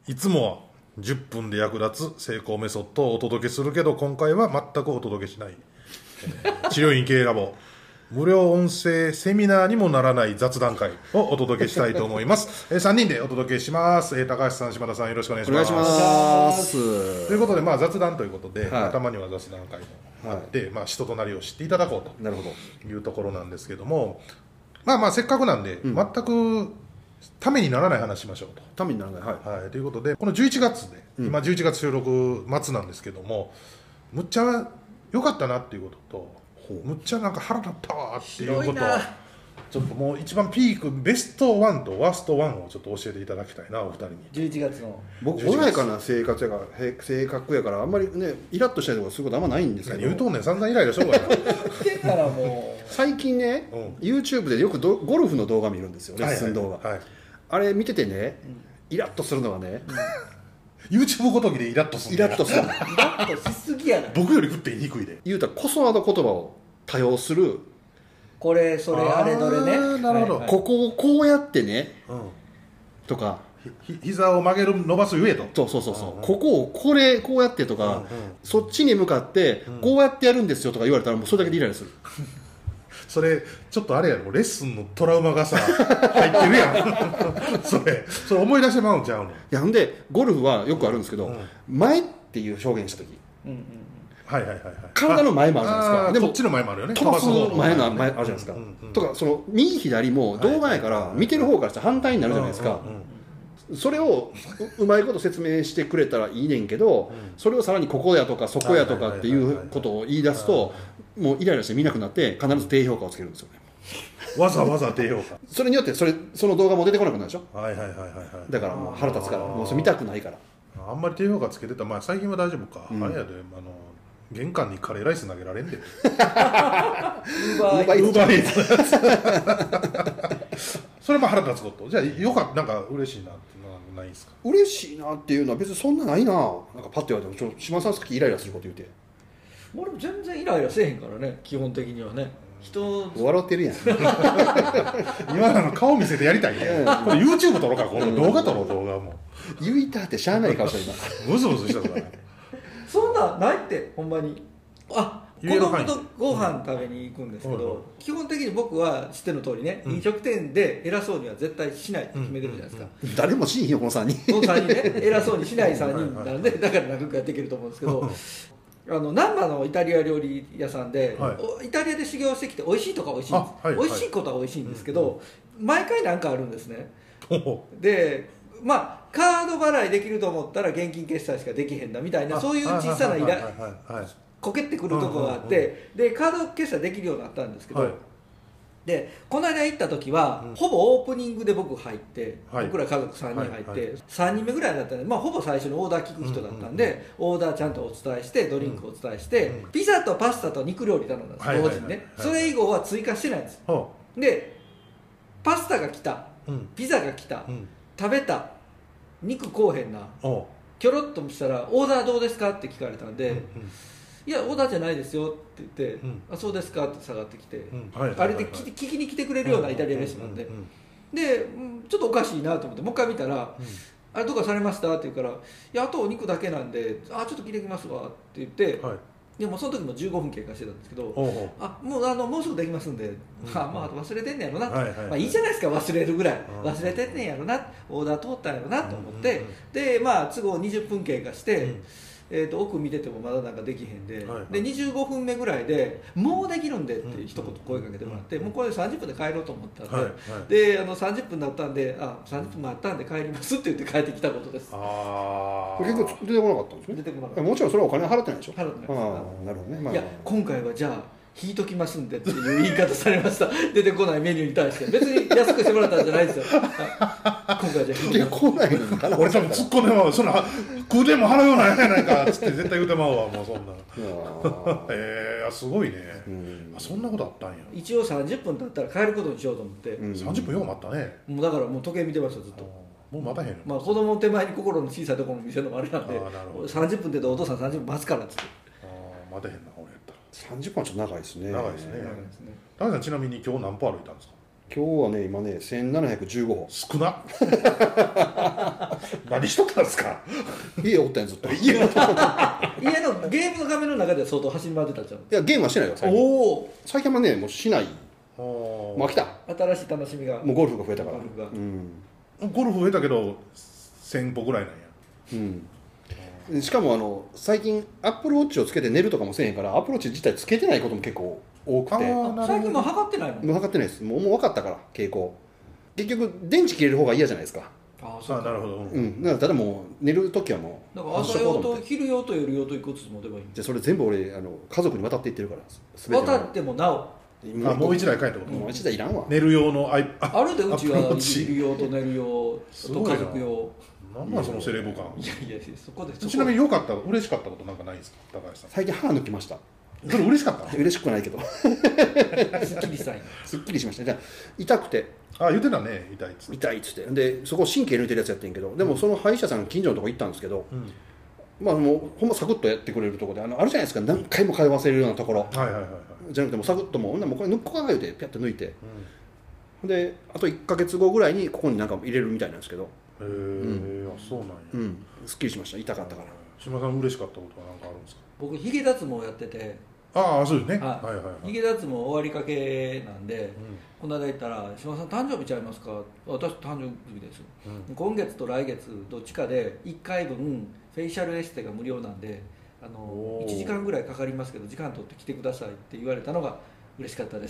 いつもは10分で役立つ成功メソッドをお届けするけど、今回は全くお届けしない、治療院経営ラボ無料音声セミナーにもならない雑談会をお届けしたいと思います。3人でお届けします。高橋さん、島田さん、よろしくお願いします。 お願いします。 ということで、雑談ということで、 はい、 たまには雑談会もあって、人となりを知っていただこうというところなんですけども、せっかくなんで、全くためにならない話しましょうと。 ためにならない、はいということで、この11月で、今11月収録末なんですけども、むっちゃ良かったなっていうことと、むっちゃなんか腹立ったわっていうことを、ちょっともう一番ピーク、ベスト1とワースト1をちょっと教えていただきたいな、お二人に。 11月の僕穏やかな性格やからあんまりね、イラッとしたりとかすることあんまないんですけど。 言うとんねん、散々イライラしようがないからもう最近ね、YouTube でよくゴルフの動画見るんですよ、レッスン動画、あれ見ててね、イラッとするのはね、 YouTube ごときでイラッとする。 イラッとしすぎやな。 僕より食って言いにくいで。 言うたらこそなど言葉を多用する、 これそれあれどれね。 なるほど。 ここをこうやってね、とか、 膝を曲げる伸ばす言えと。 そう、ここをこうやってとか、そっちに向かってこうやってやるんですよとか言われたら、もうそれだけでイライラする。 それちょっとあれやろ、レッスンのトラウマがさ入ってるやんそれ思い出してまうんちゃうの。いや、ほんでゴルフはよくあるんですけど、前っていう表現した時、体の前もあるじゃないですか。 でもこっちの前もあるよね。 飛ばす前の前あるじゃないですか。とか、その右左も動画やから見てる方からしたら反対になるじゃないですか。それをうまいこと説明してくれたらいいねんけど、それをさらにここやとかそこやとかっていうことを言い出すと、もうイライラして見なくなって必ず低評価をつけるんですよね。 わざわざ低評価。 それによってその動画も出てこなくなるでしょ。だからもう腹立つから、もうそれ見たくないから。 あんまり低評価つけてたら、最近は大丈夫か。あれやで、玄関にカレーライス投げられんで。ウーバーイーツ。それも腹立つこと。じゃあよかった、なんか嬉しいなってのはないですか。 嬉しいなっていうのは別にそんなないな。なんかパッと言われても、島さんさっきイライラすること言って。 俺も全然イライラせえへんからね、基本的にはね。 笑ってるやん。 今の顔見せてやりたいね。これ YouTube 撮ろうか、この動画撮ろう、動画も。 言いたってしゃあない顔して今。ムズムズしたからね。 そんなないってほんまに。子供とご飯食べに行くんですけど、基本的に僕は知っての通りね、飲食店で偉そうには絶対しないって決めてるじゃないですか。 誰もしんよ、この3人。 この3人ね、偉そうにしない3人なんで、だから長くやっていけると思うんですけど、難波のイタリア料理屋さんで、イタリアで修行してきて美味しいとか美味しいんです、美味しいことは美味しいんですけど、毎回なんかあるんですね。でカード払いできると思ったら現金決済しかできへんなみたいな、そういう小さなこけってくるところがあって、でカード決済できるようになったんですけど、でこの間行った時は、ほぼオープニングで僕入って、僕ら家族3人入って、3人目ぐらいだったんで、ほぼ最初にオーダー聞く人だったんで、オーダーちゃんとお伝えして、ドリンクをお伝えして、ピザとパスタと肉料理頼んだんです、同時にね。それ以後は追加してないんです。でパスタが来た、ピザが来た、食べた、肉こうへんな、キョロッとしたらオーダーどうですかって聞かれたんで、いやオーダーじゃないですよって言って、あそうですかって下がってきて、あれで聞きに来てくれるようなイタリアレストランで、でちょっとおかしいなと思ってもう一回見たら、あれどうかされましたって言うから、いやあとお肉だけなんで、ちょっと聞いてきますわって言って、でもその時も15分経過してたんですけど、もうすぐできますんで、忘れてんねやろな、いいじゃないですか、忘れるぐらい、忘れてんねんやろな、オーダー通ったんやろなと思って、で都合20分経過して、奥見ててもまだなんかできへんで、で25分目ぐらいでもうできるんでって一言声かけてもらって、もうこれ30分で帰ろうと思ったんで、で30分だったんで、30分もあったんで帰りますって言って帰ってきたことです。 結構出てこなかったんですね。 出てこなかった。 もちろんそれはお金払ってないでしょ。 払ってないです。 なるほどね。 いや今回はじゃあ引いときますんでっていう言い方されました出てこないメニューに対して。別に安くしてもらったんじゃないですよ。今回はじゃあ出てこないのに俺多分突っ込んでまう。そんな食うでも払うようなんやないかっつって絶対言うてまうわ、もうそんな。すごいね。そんなことあったんや。 一応30分経ったら帰ることにしようと思って、 30分よう待ったね。 もうだからもう時計見てましたずっと。 もう待たへんの。 子供の手前に心の小さいところの店のもあれなんで、30分でお父さん30分待つからっつって。 待てへんな俺やったら。 30分はちょっと長いですね。 長いですね。高橋さんちなみに今日何歩歩いたんですか。 今日はね今ね1715歩。 少な何しとったんですか。 家おったんやずっと。 家の家のゲームの画面の中では相当走り回ってたじゃん。 いやゲームはしてないよ最近。 おお、 最近はねもうしない。もう飽きた。 新しい楽しみが。 もうゴルフが増えたから。 ゴルフがゴルフ増えたけど1000歩ぐらいなんや。 しかも最近アップルウォッチをつけて寝るとかもせえへんから、アップルウォッチ自体つけてないことも結構多くて。 最近もう測ってないの？ もう測ってないです。もう分かったから傾向。結局電池切れる方が嫌じゃないですか。 ああ、そうなるほど。 だからただもう寝るときはもうだから朝用と昼用と夜用といくつも出ばいい。 じゃあそれ全部俺家族に渡っていってるから。全て渡ってもなおもう一台買えってこと。 もう一台いらんわ。 寝る用のあるで、うちは Apple Watch 昼用と寝る用と家族用。 なんなんそのセレブ感。 いやいや、そこでちなみに良かった嬉しかったことなんかないですか、高橋さん。 最近歯抜きました。 それ嬉しかった。 嬉しくはないけどすっきりしたい。 すっきりしました。じゃあ痛くて言ってたね、痛いっつって。 痛いっつってでそこ神経抜いてるやつやってんけど、でもその歯医者さん近所のとこ行ったんですけど、まあもうほんまサクッとやってくれるところであるじゃないですか、何回も通わせるようなところ、 はいはいはいはい。 じゃなくてもうサクッともうもうこれ抜こうか言うてピャッと抜いて、であと1か月後ぐらいにここになんか入れるみたいなんですけど、 へえ、そうなんや。 すっきりしました。痛かったから。 島さん嬉しかったことは何かあるんですか。 僕ヒゲ脱毛やってて、 そうですね。 はいはいはいはい。 ヒゲ脱毛終わりかけなんで、この間言ったら「島さん誕生日ちゃいますか?」私誕生日です、今月と来月どっちかで1回分フェイシャルエステが無料なんで1時間ぐらいかかりますけど時間取って来てくださいって言われたのが嬉しかったです。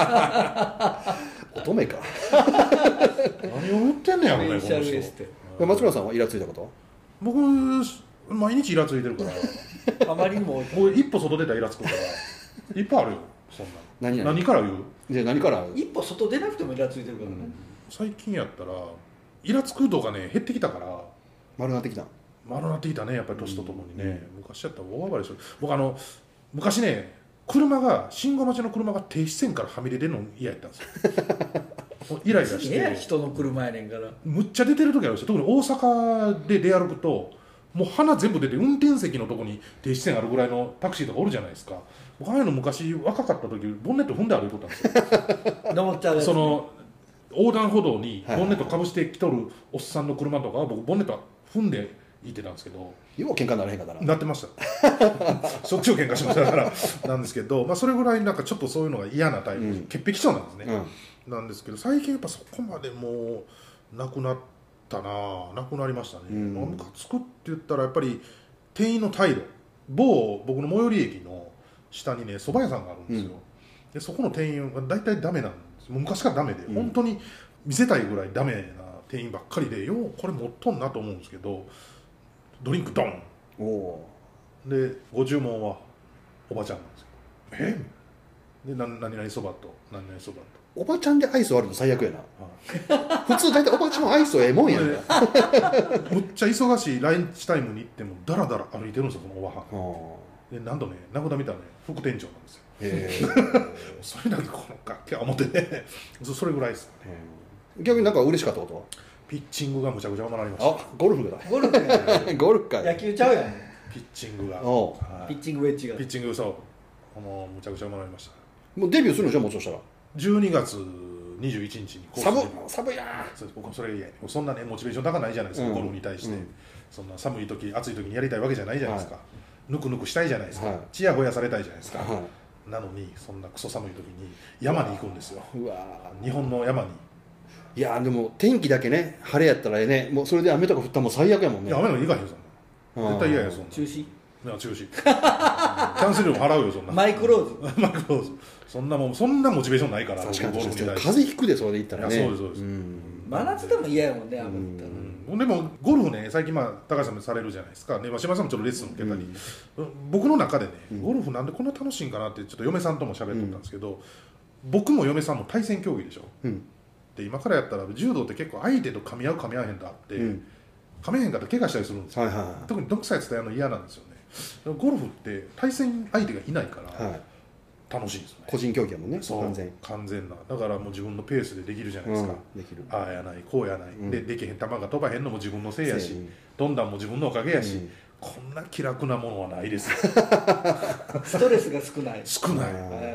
乙女か。 何を言ってんねやろね、 フェイシャルエステ。 松村さんはイラついたこと？ 僕毎日イラついてるからあまりにももう一歩外出たらイラつくからいっぱいあるよ、そんな。何から言う？ じゃあ何から？ 一歩外出なくてもイラついてるからね、 最近やったらイラつく度がね減ってきたから。 丸なってきた。 丸なってきたね、やっぱり年とともにね。昔やったら大暴れする。僕昔ね、信号待ちの車が停止線からはみ出てるの嫌やったんですよ。イライラして人の車やねんからむっちゃ出てる時あるんですよ。特に大阪で出歩くともう鼻全部出て運転席のとこに停止線あるぐらいのタクシーとかおるじゃないですか。僕ああいうの昔若かった時ボンネット踏んで歩いとったんですよ。 登っちゃうやつね。 その横断歩道にボンネットかぶしてきとるおっさんの車とかは僕ボンネット踏んで行ってたんですけど、 よう喧嘩にならへんかったな。 なってましたしょっちゅう喧嘩しましたからなんですけど、それぐらいなんかちょっとそういうのが嫌なタイプ、潔癖症なんですね、なんですけど最近やっぱそこまでもうなくなりましたね。ムカつくって言ったらやっぱり店員の態度。僕の最寄り駅の下にね蕎麦屋さんがあるんですよ、でそこの店員は大体ダメなんです。もう昔からダメで、本当に見せたいぐらいダメな店員ばっかりで、ようこれ持っとんなと思うんですけど、ドリンクドンでご注文はおばちゃんなんですよ。で何々そばと何々そばと。 おばちゃんでアイス割るの最悪やな、普通大体おばちゃんはアイスはええもんやん。 むっちゃ忙しいランチタイムに行ってもダラダラ歩いてるんですよ、このおばはん。で何度ね名札見たらね副店長なんですよ。それなんでこの楽器は思ってねそれぐらいですかね。 逆になんか嬉しかったことは？ ピッチングがむちゃくちゃうまなりました。 ゴルフだ。 ゴルフやゴルフかい。 野球ちゃうやん。 ピッチングがピッチングウェッジがピッチングそうむちゃくちゃうまなりました。 もうデビューするのじゃもうちょっとしたら 12月21日に寒いな。 僕はそれ嫌や。そんなねモチベーション高ないじゃないですか、ゴルフに対して、そんな寒い時暑い時にやりたいわけじゃないじゃないですか、ぬくぬくしたいじゃないですか、ちやほやされたいじゃないですか、なのにそんなクソ寒い時に山に行くんですよ。日本の山に。 いやでも天気だけね晴れやったらね、もうそれで雨とか降ったらもう最悪やもんね。 いや雨のいかへんよそんな。絶対嫌やそんな。 中止。 いや中止キャンセル料払うよそんな。 マイクローズマイクローズそんなモチベーションないから。 確かに風邪ひくでそれで言ったらね。 そうですそうです。 真夏でも嫌やもんね、雨降ったら。 でもゴルフね最近高橋さんもされるじゃないですか、ね、島さんもちょっとレッスン受けたり、僕の中でねゴルフなんでこんな楽しいんかなってちょっと嫁さんとも喋っとったんですけど、僕も嫁さんも対戦競技でしょ、で今からやったら柔道って結構相手と噛み合う噛み合わへんとあって、噛めへんかったら怪我したりするんですよ、特にどくさい伝えるの嫌なんですよね。ゴルフって対戦相手がいないから、楽しいですね。 個人競技やもんね。 完全な。だからもう自分のペースでできるじゃないですか、 できる。 ああやないこうやない、でできへん球が飛ばへんのも自分のせいやし、飛んだんも自分のおかげやし、こんな気楽なものはないですよストレスが少ない。 少ない。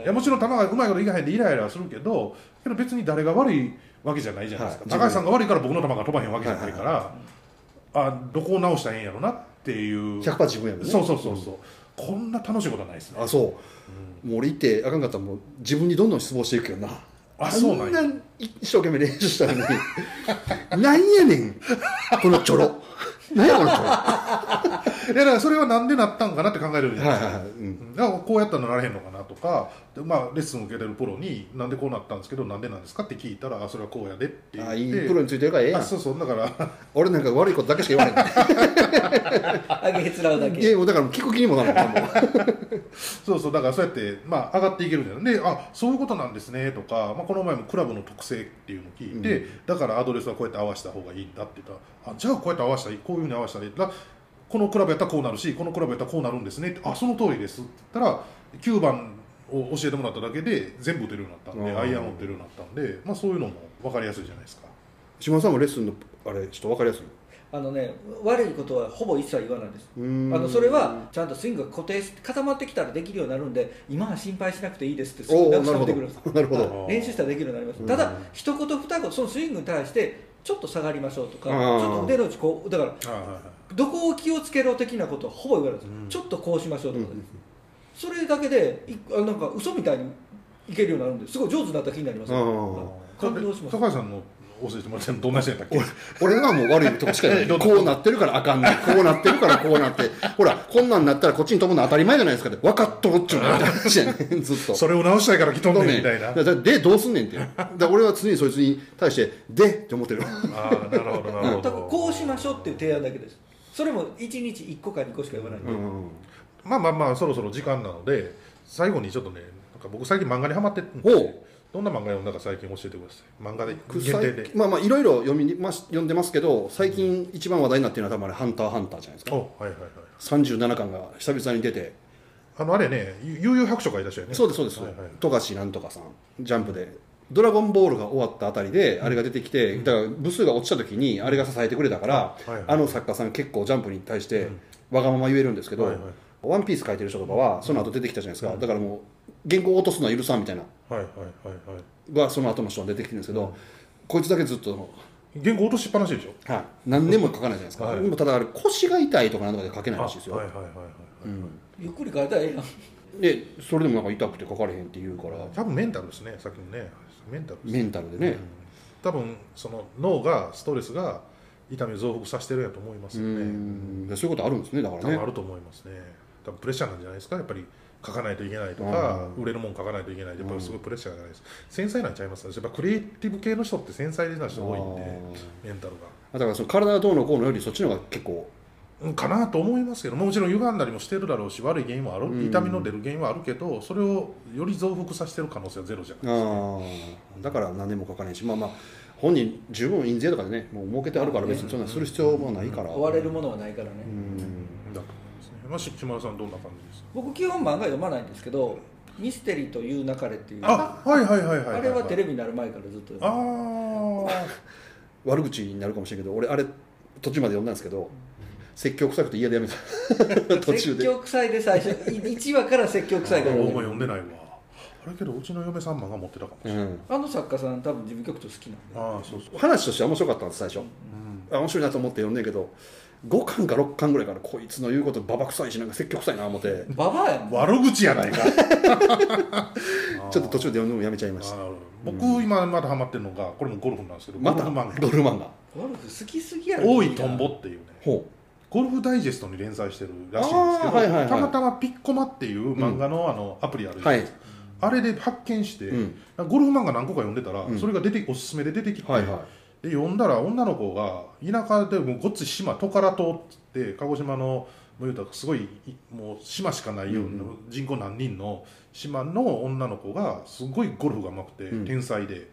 やもちろん球がうまいこといかへんでイライラするけど別に誰が悪いわけじゃないじゃないですか、高橋さんが悪いから僕の球が飛ばへんわけじゃないから、どこを直したらいいんやろなっていう 100% 自分やもんね。 そう、こんな楽しいことはないですね。 そう、もう俺行ってあかんかったらもう自分にどんどん失望していくけどな。 そうなんや。 あんな一生懸命練習したのになんやねんこのちょろ何やこのちょろいやだからそれはなんでなったんかなって考えるじゃないですか、だからこうやったらならへんのかなとかで、レッスン受けてるプロになんでこうなったんですけどなんでなんですかって聞いたらそれはこうやでって言って、 いいプロについてるからええやん。 そうだから俺なんか悪いことだけしか言わないあげへつらうだけ。 いやもうだから聞く気にもなるもんそうだからそうやって上がっていけるじゃんでそういうことなんですねとか、この前もクラブの特性っていうのを聞いて、だからアドレスはこうやって合わせた方がいいんだって言ったらじゃあこうやって合わせたらいいこういうふうに合わせたらいいこのクラブやったらこうなるしこのクラブやったらこうなるんですねってその通りですって言ったら9番を教えてもらっただけで全部打てるようになったんでアイアンを打てるようになったんで、そういうのも分かりやすいじゃないですか。 島田さんもレッスンのあれちょっと分かりやすい。 悪いことはほぼ一切言わないです。それはちゃんとスイングが固まってきたらできるようになるんで今は心配しなくていいですってすぐなくされてくるんです。 なるほど。 練習したらできるようになります。ただ一言二言そのスイングに対してちょっと下がりましょうとかちょっと腕の内こうだからどこを気をつけろ的なことはほぼ言わないです。ちょっとこうしましょうとかです。それだけでなんか嘘みたいにいけるようになるんですごい上手になった気になります。感動します。 高橋さんの教えてもらってどんな人やったっけ。 俺がもう悪いとこしかないこうなってるからあかんないこうなってるからこうなってほらこんなんなったらこっちに飛ぶの当たり前じゃないですかって分かっとるっちゅうのみたいな話やねんずっとそれを直したいから来とんねんみたいなでどうすんねんってだ俺は常にそいつに対してでって思ってる。 なるほどなるほど。 こうしましょうっていう提案だけです。それも1日1個か2個しか言わないんで、 そろそろ時間なので最後にちょっとねなんか僕最近漫画にハマってるんでどんな漫画読んだか最近教えてください。漫画で限定でいろいろ読んでますけど最近一番話題になっているのは多分ハンターハンターじゃないですか。37巻が久々に出てあれね悠々白書書いた人やね。 そうです富樫なんとかさんジャンプでドラゴンボールが終わったあたりであれが出てきて、だから部数が落ちた時にあれが支えてくれたから、作家さん結構ジャンプに対してわがまま言えるんですけど、ワンピース書いてる人とかはその後出てきたじゃないですか、だからもう原稿を落とすのは許さんみたいながその後の人が出てきてるんですけど、こいつだけずっと原稿落としっぱなしでしょ。 何年も書かないじゃないですか、でもただあれ腰が痛いとかなんとかで書けないらしいですよ。 ゆっくり書いたらええやん。 でそれでもなんか痛くて書かれへんって言うから多分メンタルですね。さっきのねメンタルでね、 多分その脳がストレスが痛みを増幅させてるやと思いますよね。 そういうことあるんですね。だからね多分あると思いますね。多分プレッシャーなんじゃないですか。やっぱり書かないといけないとか、売れるもん書かないといけないってやっぱりすごいプレッシャーじゃないです。繊細なんちゃいますか。やっぱクリエイティブ系の人って繊細な人多いんでメンタルがだからその体がどうのこうのよりそっちの方が結構かなと思いますけど、もちろん歪んだりもしてるだろうし悪い原因もある、痛みの出る原因はあるけどそれをより増幅させてる可能性はゼロじゃないですか。 だから何年も書かないし、本人十分印税とかでねもう儲けてあるから別にそんなする必要もないから追われるものはないからね。 だと思いますね。島田さんどんな感じですか。 僕基本漫画読まないんですけどミステリーという流れっていうあれはテレビになる前からずっと悪口になるかもしれないけど俺あれ途中まで読んだんですけど説教臭くて嫌でやめた途中で説教臭いで最初1話から説教臭いから僕も読んでないわ。あれけどうちの嫁さん漫画持ってたかもしれない、 あの作家さん多分事務局長好きなんで話としては面白かったんです最初、面白いなと思って読んでんけど5巻か6巻ぐらいからこいつの言うことババ臭いしなんか説教臭いな思ってババやん悪口やないかちょっと途中で読むのもやめちゃいました。 僕今まだハマってるのがこれもゴルフなんですけど、 またゴルフ漫画ゴルフ好きすぎやろ。 大井トンボっていうねゴルフダイジェストに連載してるらしいんですけど、たまたまピッコマっていう漫画のアプリあるじゃないですか、あれで発見して、ゴルフ漫画何個か読んでたら、それがおすすめで出てきて、で読んだら女の子が田舎でもうごっつい島トカラ島って鹿児島のもう言うたらすごいもう島しかないような、人口何人の島の女の子がすごいゴルフが上手くて、天才で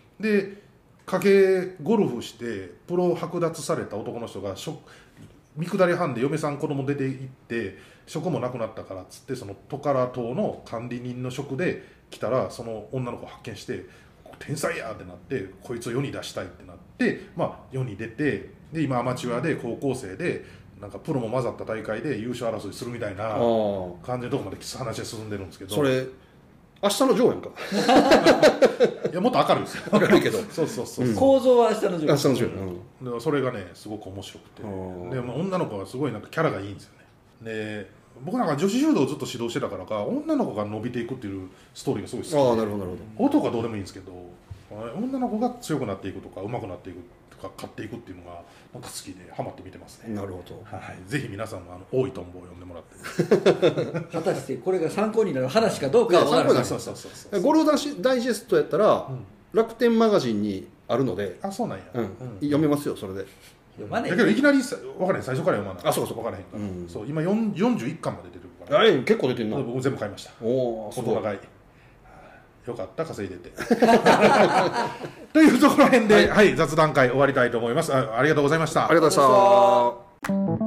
ゴルフしてプロ剥奪された男の人が見下り班で嫁さん子供出て行って職もなくなったからっつってそのトカラ島の管理人の職で来たらその女の子を発見して天才やってなってこいつを世に出したいってなって世に出てで今アマチュアで高校生でなんかプロも混ざった大会で優勝争いするみたいな感じのところまで話が進んでるんですけど、 それ明日のジョーやんか。 いやもっと明るいですよ。 明るいけどそうそうそう、 構造は明日のジョー。 明日のジョー、 でそれがねすごく面白くて、で女の子がすごいなんかキャラがいいんですよね。で僕なんか女子柔道をずっと指導してたからか女の子が伸びていくっていうストーリーがすごい好きで、 ああなるほどなるほ男はどうでもいいんですけど女の子が強くなっていくとか上手くなっていくとか勝っていくっていうのがなんか好きでハマって見てますね。 ど。なるほど。 はい、ぜひ皆さんも大井トンボを読んでもらって果たしてこれが参考になる話かどうかは分からない。 そうそうそうそう、 ゴルフダイジェストやったら、楽天マガジンにあるので、 あそうなんや、 読めますよそれで。 読まねえだけどいきなり分からへん、最初から読まない。 あそうかそうか分からへんから、そう今41巻まで出てるから、 結構出てるな。 僕全部買いました。 おお大人買いよかった稼いでてというところら辺で、はい、雑談会終わりたいと思います。ありがとうございました。 ありがとうございました。